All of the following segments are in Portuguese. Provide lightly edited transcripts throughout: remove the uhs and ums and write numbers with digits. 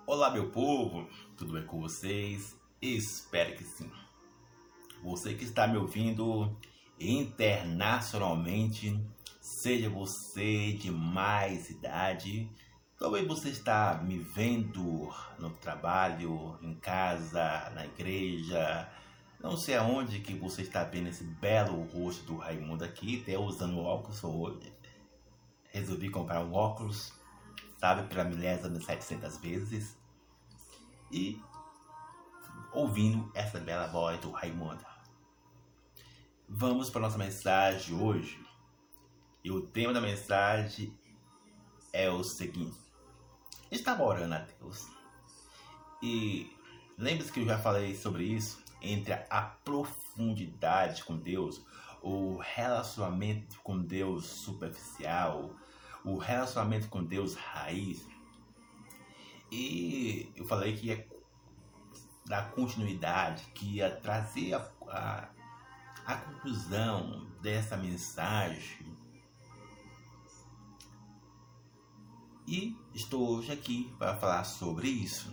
Olá, meu povo, tudo bem com vocês? Espero que sim. Você que está me ouvindo internacionalmente, seja você de mais idade, talvez você está me vendo no trabalho, em casa, na igreja, não sei aonde que você está vendo esse belo rosto do Raimundo aqui, até usando óculos hoje. Resolvi comprar um óculos, sabe, pela 1700 vezes, e ouvindo essa bela voz do Raimundo. Vamos para a nossa mensagem hoje. E o tema da mensagem é o seguinte: estava orando a Deus. E lembre-se que eu já falei sobre isso, entre a profundidade com Deus, o relacionamento com Deus superficial, o relacionamento com Deus raiz. E eu falei que ia dar continuidade, que ia trazer a conclusão dessa mensagem. E estou hoje aqui para falar sobre isso.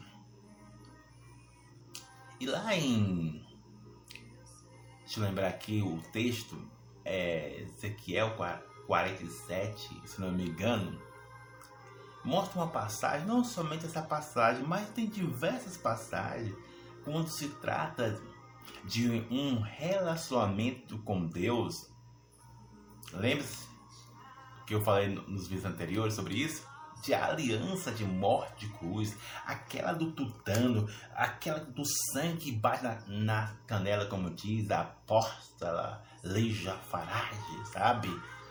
E lá em... deixa eu lembrar aqui, o texto é Ezequiel 47, se não me engano. Mostra uma passagem, não somente essa passagem, mas tem diversas passagens quando se trata de um relacionamento com Deus. Lembra-se que eu falei nos vídeos anteriores sobre isso? De aliança de morte de cruz, aquela do tutano, aquela do sangue que bate na canela, como diz a apóstola Leija Farage, sabe?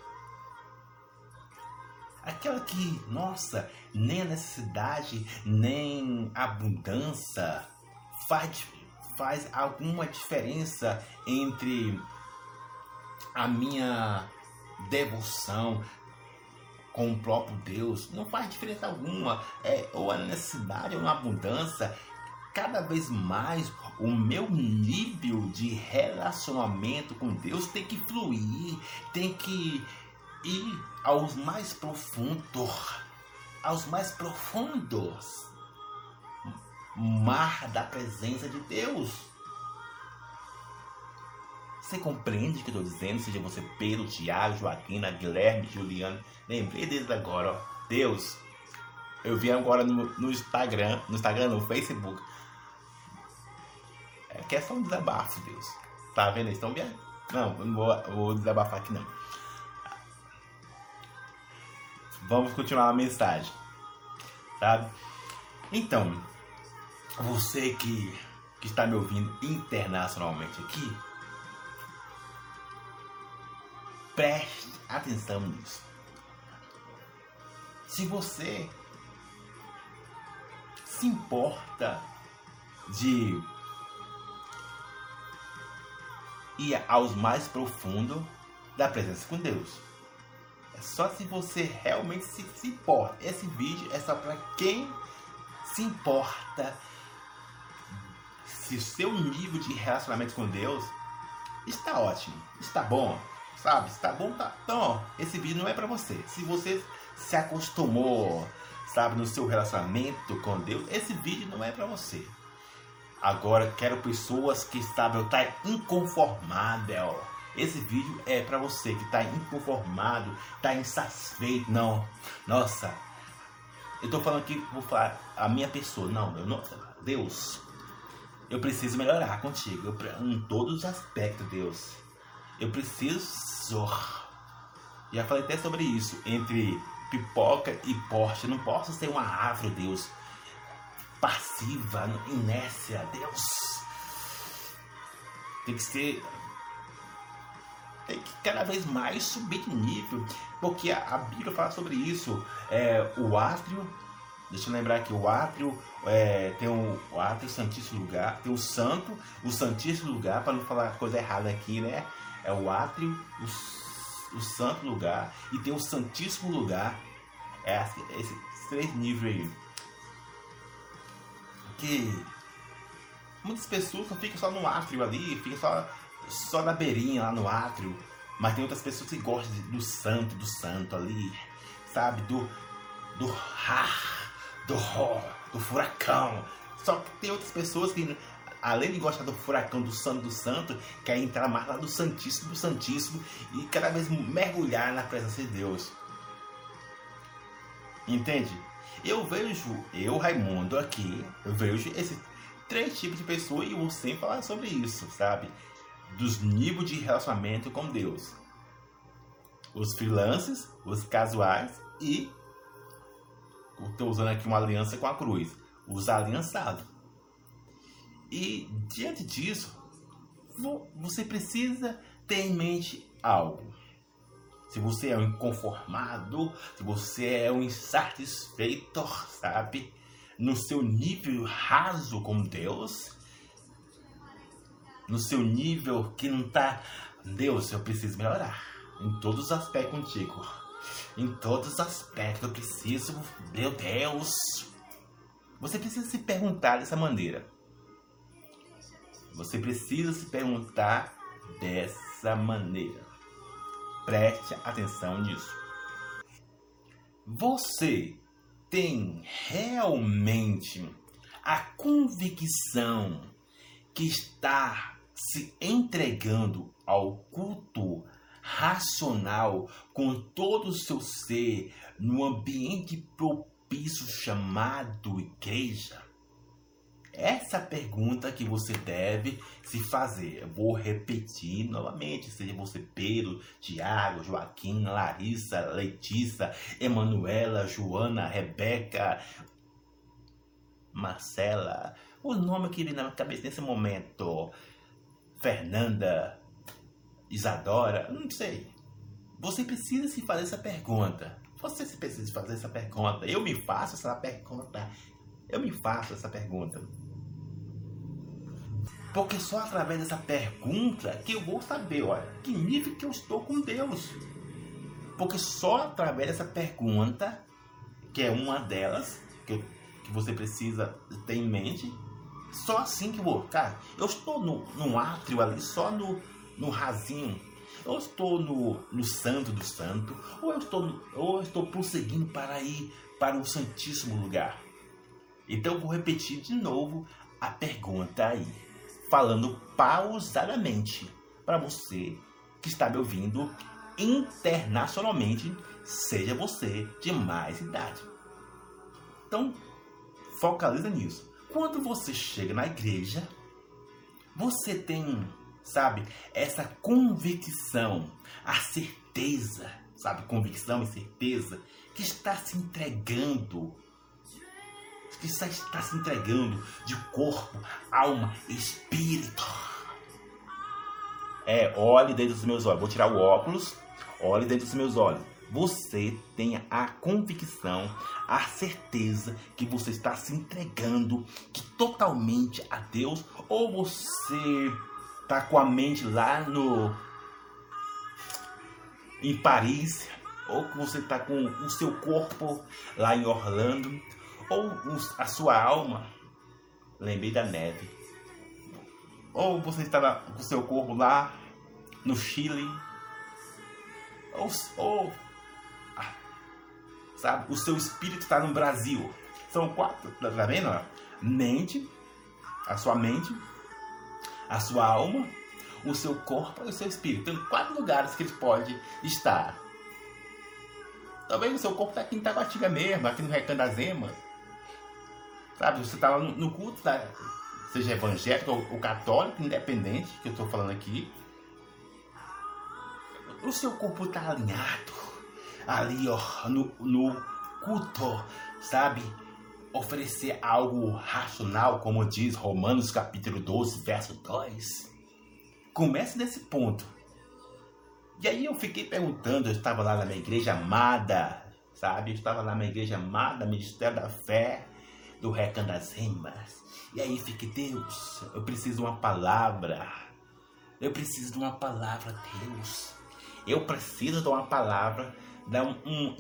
Aquela que, nossa, nem a necessidade, nem a abundância faz alguma diferença entre a minha devoção com o próprio Deus. Não faz diferença alguma, ou a necessidade ou a abundância. Cada vez mais o meu nível de relacionamento com Deus tem que fluir, tem que ir aos mais profundos mar da presença de Deus. Você compreende o que eu estou dizendo? Seja você Pedro, Tiago, Joaquina, Guilherme, Juliano. Lembrei deles agora, ó. Deus, eu vi agora no Instagram, no Facebook. É que é só um desabafo, Deus. Tá vendo? Eles estão vendo? Não, eu não vou desabafar aqui não. Vamos continuar a mensagem, sabe? Então, você que está me ouvindo internacionalmente aqui, preste atenção nisso. Se você se importa de ir aos mais profundos da presença com Deus, só se você realmente se importa. Esse vídeo é só para quem se importa. Se o seu nível de relacionamento com Deus está ótimo, está bom, sabe? Está bom, tá. Então, esse vídeo não é para você. Se você se acostumou, sabe, no seu relacionamento com Deus, esse vídeo não é para você. Agora, quero pessoas que sabem estar inconformável. Esse vídeo é para você que está inconformado, está insatisfeito. Não, nossa, eu estou falando aqui, vou falar a minha pessoa. Não, Deus, eu preciso melhorar contigo, em todos os aspectos, Deus. Eu preciso. Já falei até sobre isso, entre pipoca e poste. Eu não posso ser uma árvore, Deus, passiva, inércia, Deus. Tem que cada vez mais subir de nível, porque a Bíblia fala sobre isso. O átrio, deixa eu lembrar aqui, o átrio tem o átrio, o santíssimo lugar, tem o santíssimo lugar, para não falar coisa errada aqui, né? É o átrio, o santo lugar, e tem o santíssimo lugar. Esses três níveis aí, que muitas pessoas não ficam só no átrio ali, ficam só na beirinha lá no átrio, mas tem outras pessoas que gostam do santo ali, sabe, do do furacão. Só que tem outras pessoas que, além de gostar do furacão, do santo, querem entrar mais lá do santíssimo e cada vez mergulhar na presença de Deus. Entende? Eu, Raimundo, aqui, eu vejo esses 3 tipos de pessoas e vou sempre falar sobre isso, sabe? Dos níveis de relacionamento com Deus. Os freelancers, os casuais e... estou usando aqui uma aliança com a cruz. Os aliançados. E diante disso, você precisa ter em mente algo. Se você é um inconformado, se você é um insatisfeito, sabe? No seu nível raso com Deus, no seu nível que não está... Deus, eu preciso melhorar em todos os aspectos contigo. Em todos os aspectos eu preciso... Meu Deus! Você precisa se perguntar dessa maneira. Você precisa se perguntar dessa maneira. Preste atenção nisso. Você tem realmente a convicção que está se entregando ao culto racional com todo o seu ser no ambiente propício chamado igreja? Essa pergunta que você deve se fazer. Eu vou repetir novamente. Seja você Pedro, Tiago, Joaquim, Larissa, Letícia, Emanuela, Joana, Rebeca, Marcela. O nome que vem na minha cabeça nesse momento. Fernanda, Isadora, não sei. Você precisa se fazer essa pergunta. Você precisa fazer essa pergunta. Eu me faço essa pergunta. Porque só através dessa pergunta que eu vou saber, olha, que nível que eu estou com Deus. Porque só através dessa pergunta, que é uma delas, que você precisa ter em mente, só assim que eu vou, cara, eu estou no átrio ali, só no rasinho. Eu estou no santo do santo, ou eu estou prosseguindo para ir para o santíssimo lugar. Então eu vou repetir de novo a pergunta aí, falando pausadamente para você que está me ouvindo internacionalmente, seja você de mais idade. Então, focaliza nisso. Quando você chega na igreja, você tem, sabe, essa convicção, a certeza, sabe, convicção e certeza que está se entregando de corpo, alma, espírito. Olhe dentro dos meus olhos. Vou tirar o óculos. Olhe dentro dos meus olhos. Você tenha a convicção, a certeza que você está se entregando totalmente a Deus, ou você está com a mente lá em Paris, ou que você está com o seu corpo lá em Orlando, ou a sua alma, lembrei da neve, ou você está com o seu corpo lá no Chile, ou sabe, o seu espírito está no Brasil. São 4, tá vendo? Mente, a sua alma, o seu corpo e o seu espírito. Tem 4 lugares que ele pode estar. Talvez o seu corpo está aqui em Taguatinga mesmo, aqui no Recanto das Emas. Sabe, você está lá no culto, tá? Seja evangélico ou católico, independente, que eu estou falando aqui. O seu corpo está alinhado ali, ó, no culto, sabe? Oferecer algo racional, como diz Romanos capítulo 12, verso 2. Comece nesse ponto. E aí eu fiquei perguntando, eu estava lá na minha igreja amada, sabe? Eu estava lá na minha igreja amada, Ministério da Fé, do Recanto das Emas. E aí fiquei, Deus, eu preciso de uma palavra. Eu preciso de uma palavra, Deus. Eu preciso de uma palavra, dar um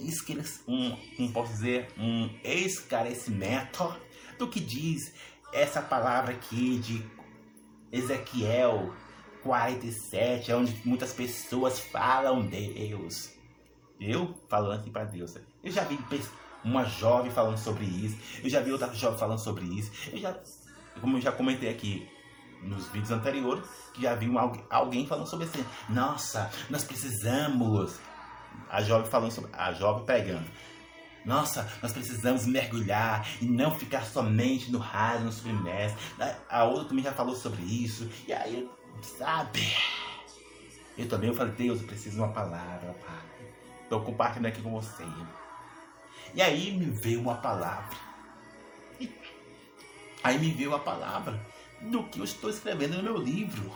esclarecimento do que diz essa palavra aqui de Ezequiel 47, onde muitas pessoas falam Deus. Eu falando assim para Deus. Eu já vi uma jovem falando sobre isso. Eu já vi outra jovem falando sobre isso. Como eu já comentei aqui nos vídeos anteriores, que já vi alguém falando sobre assim. Nossa, nós precisamos. A jovem pregando. Nossa, nós precisamos mergulhar e não ficar somente no raso, no submerso. A outra também já falou sobre isso. E aí, sabe? Eu também falei, Deus, eu preciso de uma palavra, Pai. Estou compartilhando aqui com você. E aí me veio uma palavra. Aí me veio a palavra do que eu estou escrevendo no meu livro.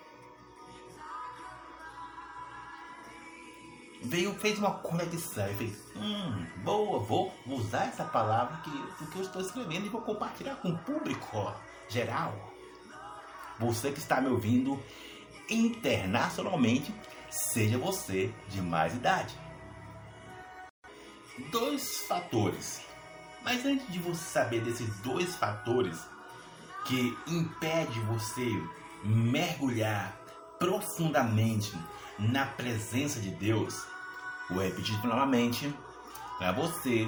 Fez uma conexão e fez, boa, vou usar essa palavra do que eu estou escrevendo e vou compartilhar com o público geral. Você que está me ouvindo internacionalmente, seja você de mais idade. 2 fatores. Mas antes de você saber desses 2 fatores que impedem você mergulhar profundamente na presença de Deus, vou repetir novamente, para você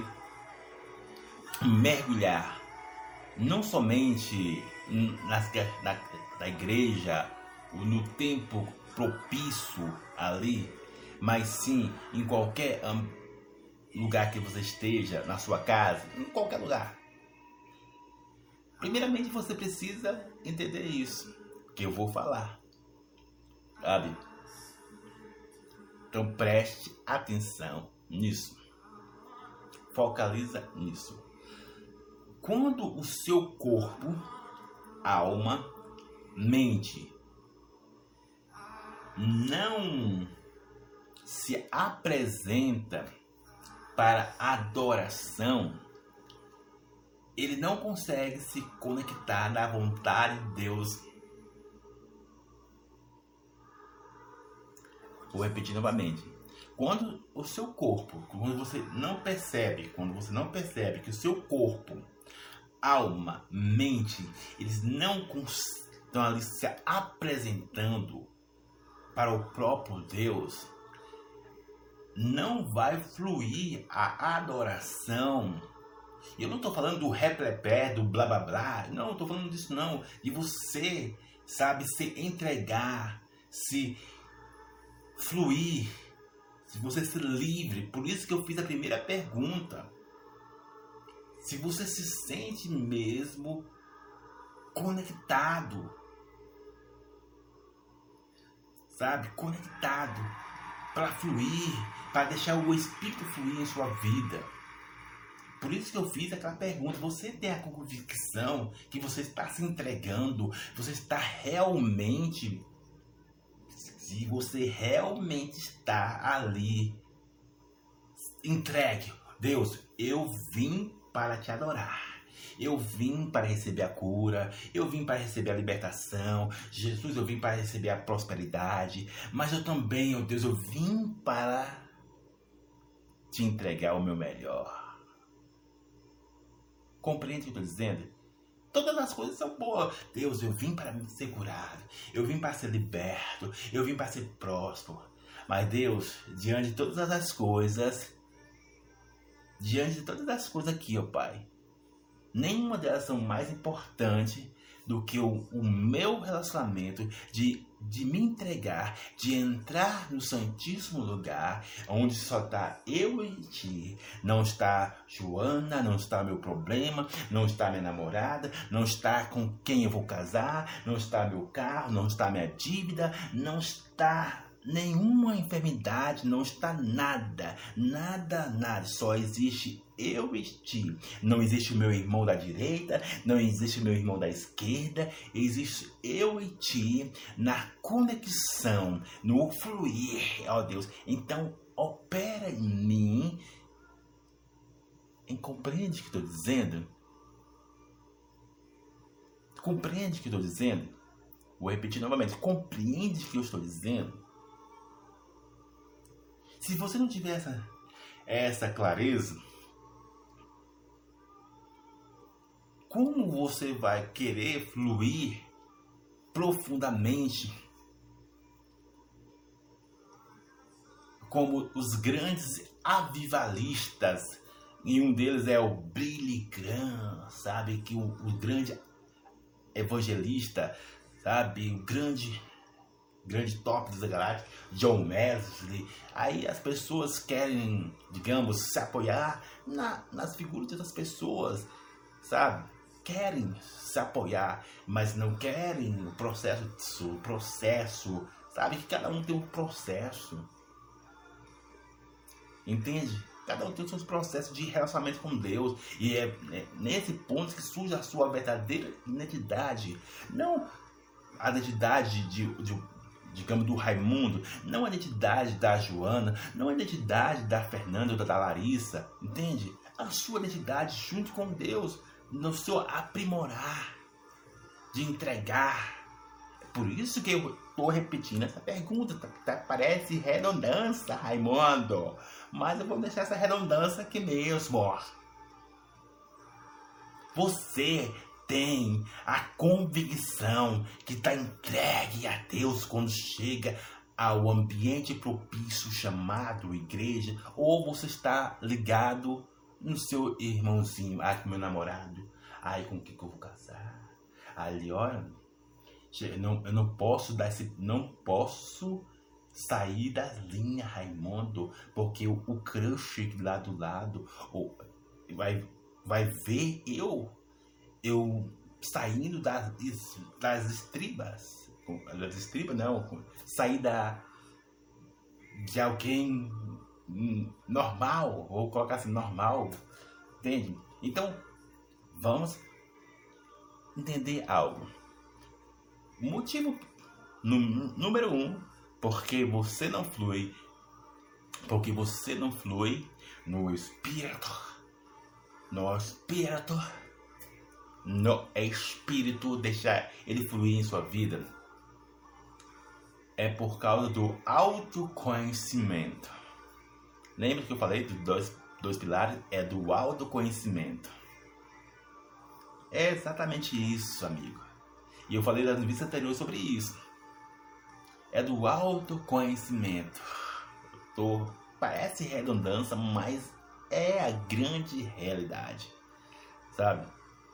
mergulhar não somente na igreja, no tempo propício ali, mas sim em qualquer lugar que você esteja, na sua casa, em qualquer lugar. Primeiramente você precisa entender isso que eu vou falar, sabe? Então preste atenção nisso. Focaliza nisso. Quando o seu corpo, alma, mente não se apresenta para adoração, ele não consegue se conectar na vontade de Deus. Vou repetir novamente. Quando o seu corpo, quando você não percebe que o seu corpo, alma, mente, eles não estão ali se apresentando para o próprio Deus, não vai fluir a adoração. Eu não estou falando do replepé, do blá blá blá, não estou falando disso não, de você, sabe, se entregar, se fluir, se você se livre. Por isso que eu fiz a primeira pergunta. Se você se sente mesmo conectado, sabe, conectado para fluir, para deixar o Espírito fluir em sua vida. Por isso que eu fiz aquela pergunta. Você tem a convicção que você está se entregando, você está realmente, se você realmente está ali entregue. Deus, eu vim para te adorar. Eu vim para receber a cura, eu vim para receber a libertação. Jesus, eu vim para receber a prosperidade. Mas eu também, ó Deus, eu vim para te entregar o meu melhor. Compreende o que eu estou dizendo? Todas as coisas são boas. Deus, eu vim para me ser curado. Eu vim para ser liberto. Eu vim para ser próspero. Mas Deus, diante de todas as coisas aqui, ó Pai, nenhuma delas são mais importantes do que o meu relacionamento de me entregar, de entrar no santíssimo lugar, onde só está eu e ti. Não está Joana, não está meu problema, não está minha namorada, não está com quem eu vou casar, não está meu carro, não está minha dívida, não está nenhuma enfermidade, não está nada, só existe eu e ti. Não existe o meu irmão da direita, não existe o meu irmão da esquerda, existe eu e ti na conexão, no fluir, ó Deus. Então opera em mim. Compreende o que estou dizendo? Compreende o que estou dizendo? Vou repetir novamente. Compreende o que eu estou dizendo? Se você não tiver essa clareza, como você vai querer fluir profundamente como os grandes avivalistas E um deles é o Billy Graham, sabe? Que o grande evangelista, sabe? O grande top dos galácticos, John Wesley. Aí as pessoas querem, digamos, se apoiar nas figuras das pessoas, sabe? Querem se apoiar, mas não querem o processo, sabe? Que cada um tem um processo, entende? Cada um tem os seus processos de relacionamento com Deus. E é nesse ponto que surge a sua verdadeira identidade. Não a identidade digamos, do Raimundo. Não a identidade da Joana. Não a identidade da Fernanda ou da Larissa. Entende? A sua identidade junto com Deus. No seu aprimorar. De entregar. É por isso que eu estou repetindo essa pergunta. Parece redundância, Raimundo. Mas eu vou deixar essa redundância aqui mesmo. Você tem a convicção que está entregue a Deus quando chega ao ambiente propício chamado igreja? Ou você está ligado no seu irmãozinho? Ah, com meu namorado. Ai, com que eu vou casar? Ali, olha, eu não posso dar esse... Não posso sair da linha, Raimundo, porque o crush lá do lado vai ver eu saindo das estribas. Das estribas não, sair de alguém normal, ou colocar assim, normal, entende? Então, vamos entender algo. O motivo número 1, porque você não flui no espírito, deixar ele fluir em sua vida, é por causa do autoconhecimento. Lembra que eu falei dos dois pilares? É do autoconhecimento. É exatamente isso, amigo. E eu falei nas entrevistas anteriores sobre isso. É do autoconhecimento. Parece redundância, mas é a grande realidade, sabe?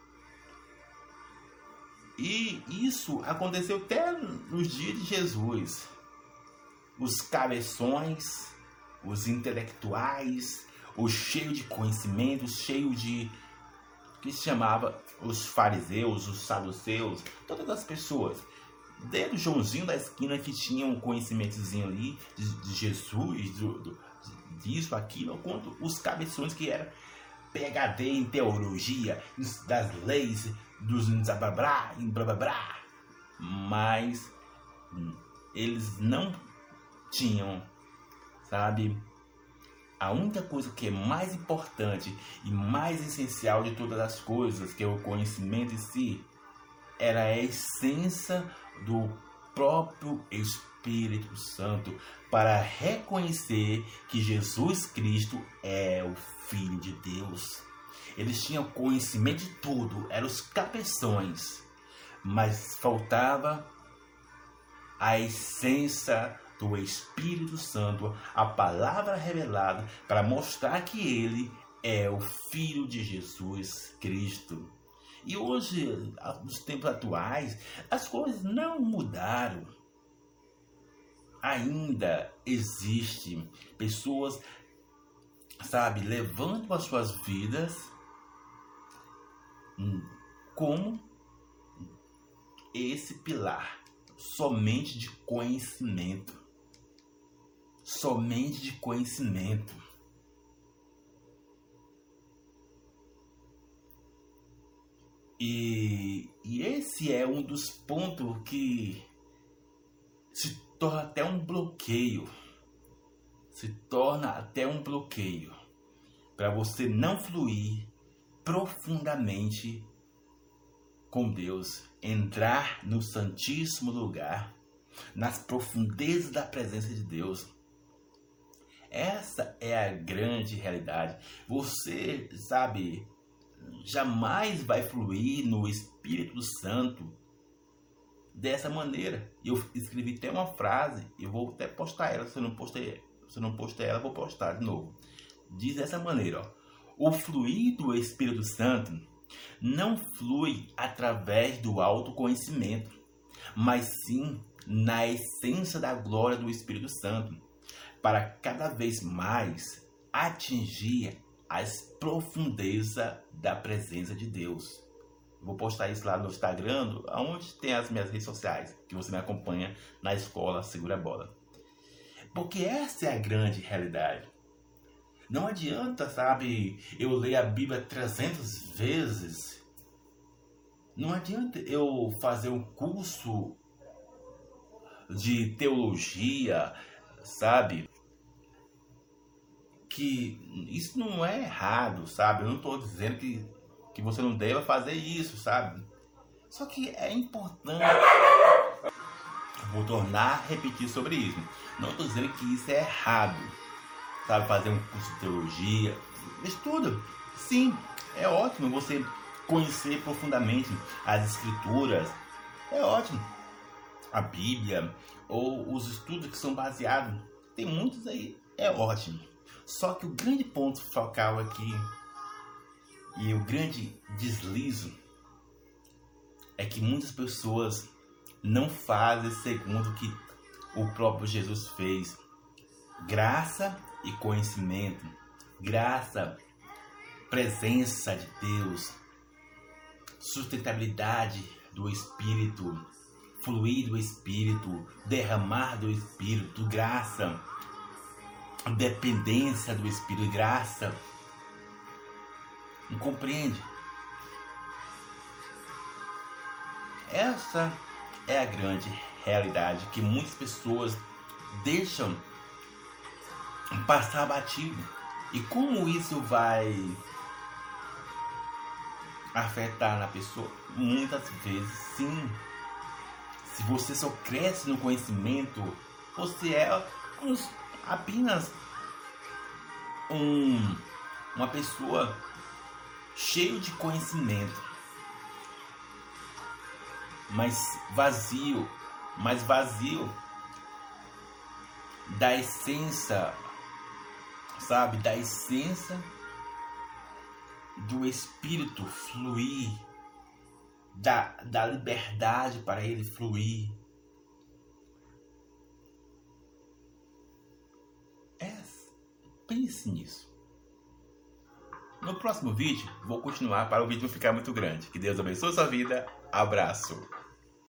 E isso aconteceu até nos dias de Jesus. Os cabeções, os intelectuais, os cheios de conhecimento, cheios de... que se chamava os fariseus, os saduceus, todas as pessoas... Desde o Joãozinho da esquina que tinha um conhecimentozinho ali de Jesus, disso, aquilo, quanto os cabeções que eram PhD em teologia, das leis, dos blá blá blá, mas eles não tinham, sabe, a única coisa que é mais importante e mais essencial de todas as coisas, que é o conhecimento em si, era a essência do próprio Espírito Santo, para reconhecer que Jesus Cristo é o Filho de Deus. Eles tinham conhecimento de tudo, eram os cabeções, mas faltava a essência do Espírito Santo, a palavra revelada, para mostrar que ele é o Filho de Jesus Cristo. E hoje, nos tempos atuais, as coisas não mudaram. Ainda existem pessoas, sabe, levando as suas vidas como esse pilar, somente de conhecimento. Somente de conhecimento. E esse é um dos pontos que se torna até um bloqueio. Para você não fluir profundamente com Deus, entrar no Santíssimo Lugar, nas profundezas da presença de Deus. Essa é a grande realidade. Você, sabe, jamais vai fluir no Espírito Santo dessa maneira. Eu escrevi até uma frase, eu vou até postar ela, se eu não postei ela, vou postar de novo. Diz dessa maneira, ó: O fluir do Espírito Santo não flui através do autoconhecimento, mas sim na essência da glória do Espírito Santo, para cada vez mais atingir as profundezas da presença de Deus. Vou postar isso lá no Instagram, onde tem as minhas redes sociais, que você me acompanha na escola Segura a Bola. Porque essa é a grande realidade. Não adianta, sabe, eu ler a Bíblia 300 vezes. Não adianta eu fazer um curso de teologia, sabe? Que isso não é errado, sabe? Eu não estou dizendo que você não deva fazer isso, sabe? Só que é importante. Vou tornar a repetir sobre isso. Não estou dizendo que isso é errado, sabe? Fazer um curso de teologia. Estuda. Sim, é ótimo você conhecer profundamente as escrituras. É ótimo. A Bíblia ou os estudos que são baseados. Tem muitos aí. É ótimo. Só que o grande ponto focal aqui e o grande deslizo é que muitas pessoas não fazem segundo o que o próprio Jesus fez. Graça e conhecimento. Graça, presença de Deus. Sustentabilidade do Espírito. Fluir do Espírito. Derramar do Espírito. Graça. Dependência do Espírito. Graça. Não compreende? Essa é a grande realidade que muitas pessoas deixam passar batido. E como isso vai afetar na pessoa? Muitas vezes sim. Se você só cresce no conhecimento, você é apenas uma pessoa cheia de conhecimento, mas vazio da essência, sabe? Da essência do Espírito fluir, da liberdade para ele fluir. Pense nisso. No próximo vídeo, vou continuar para o vídeo não ficar muito grande. Que Deus abençoe a sua vida. Abraço.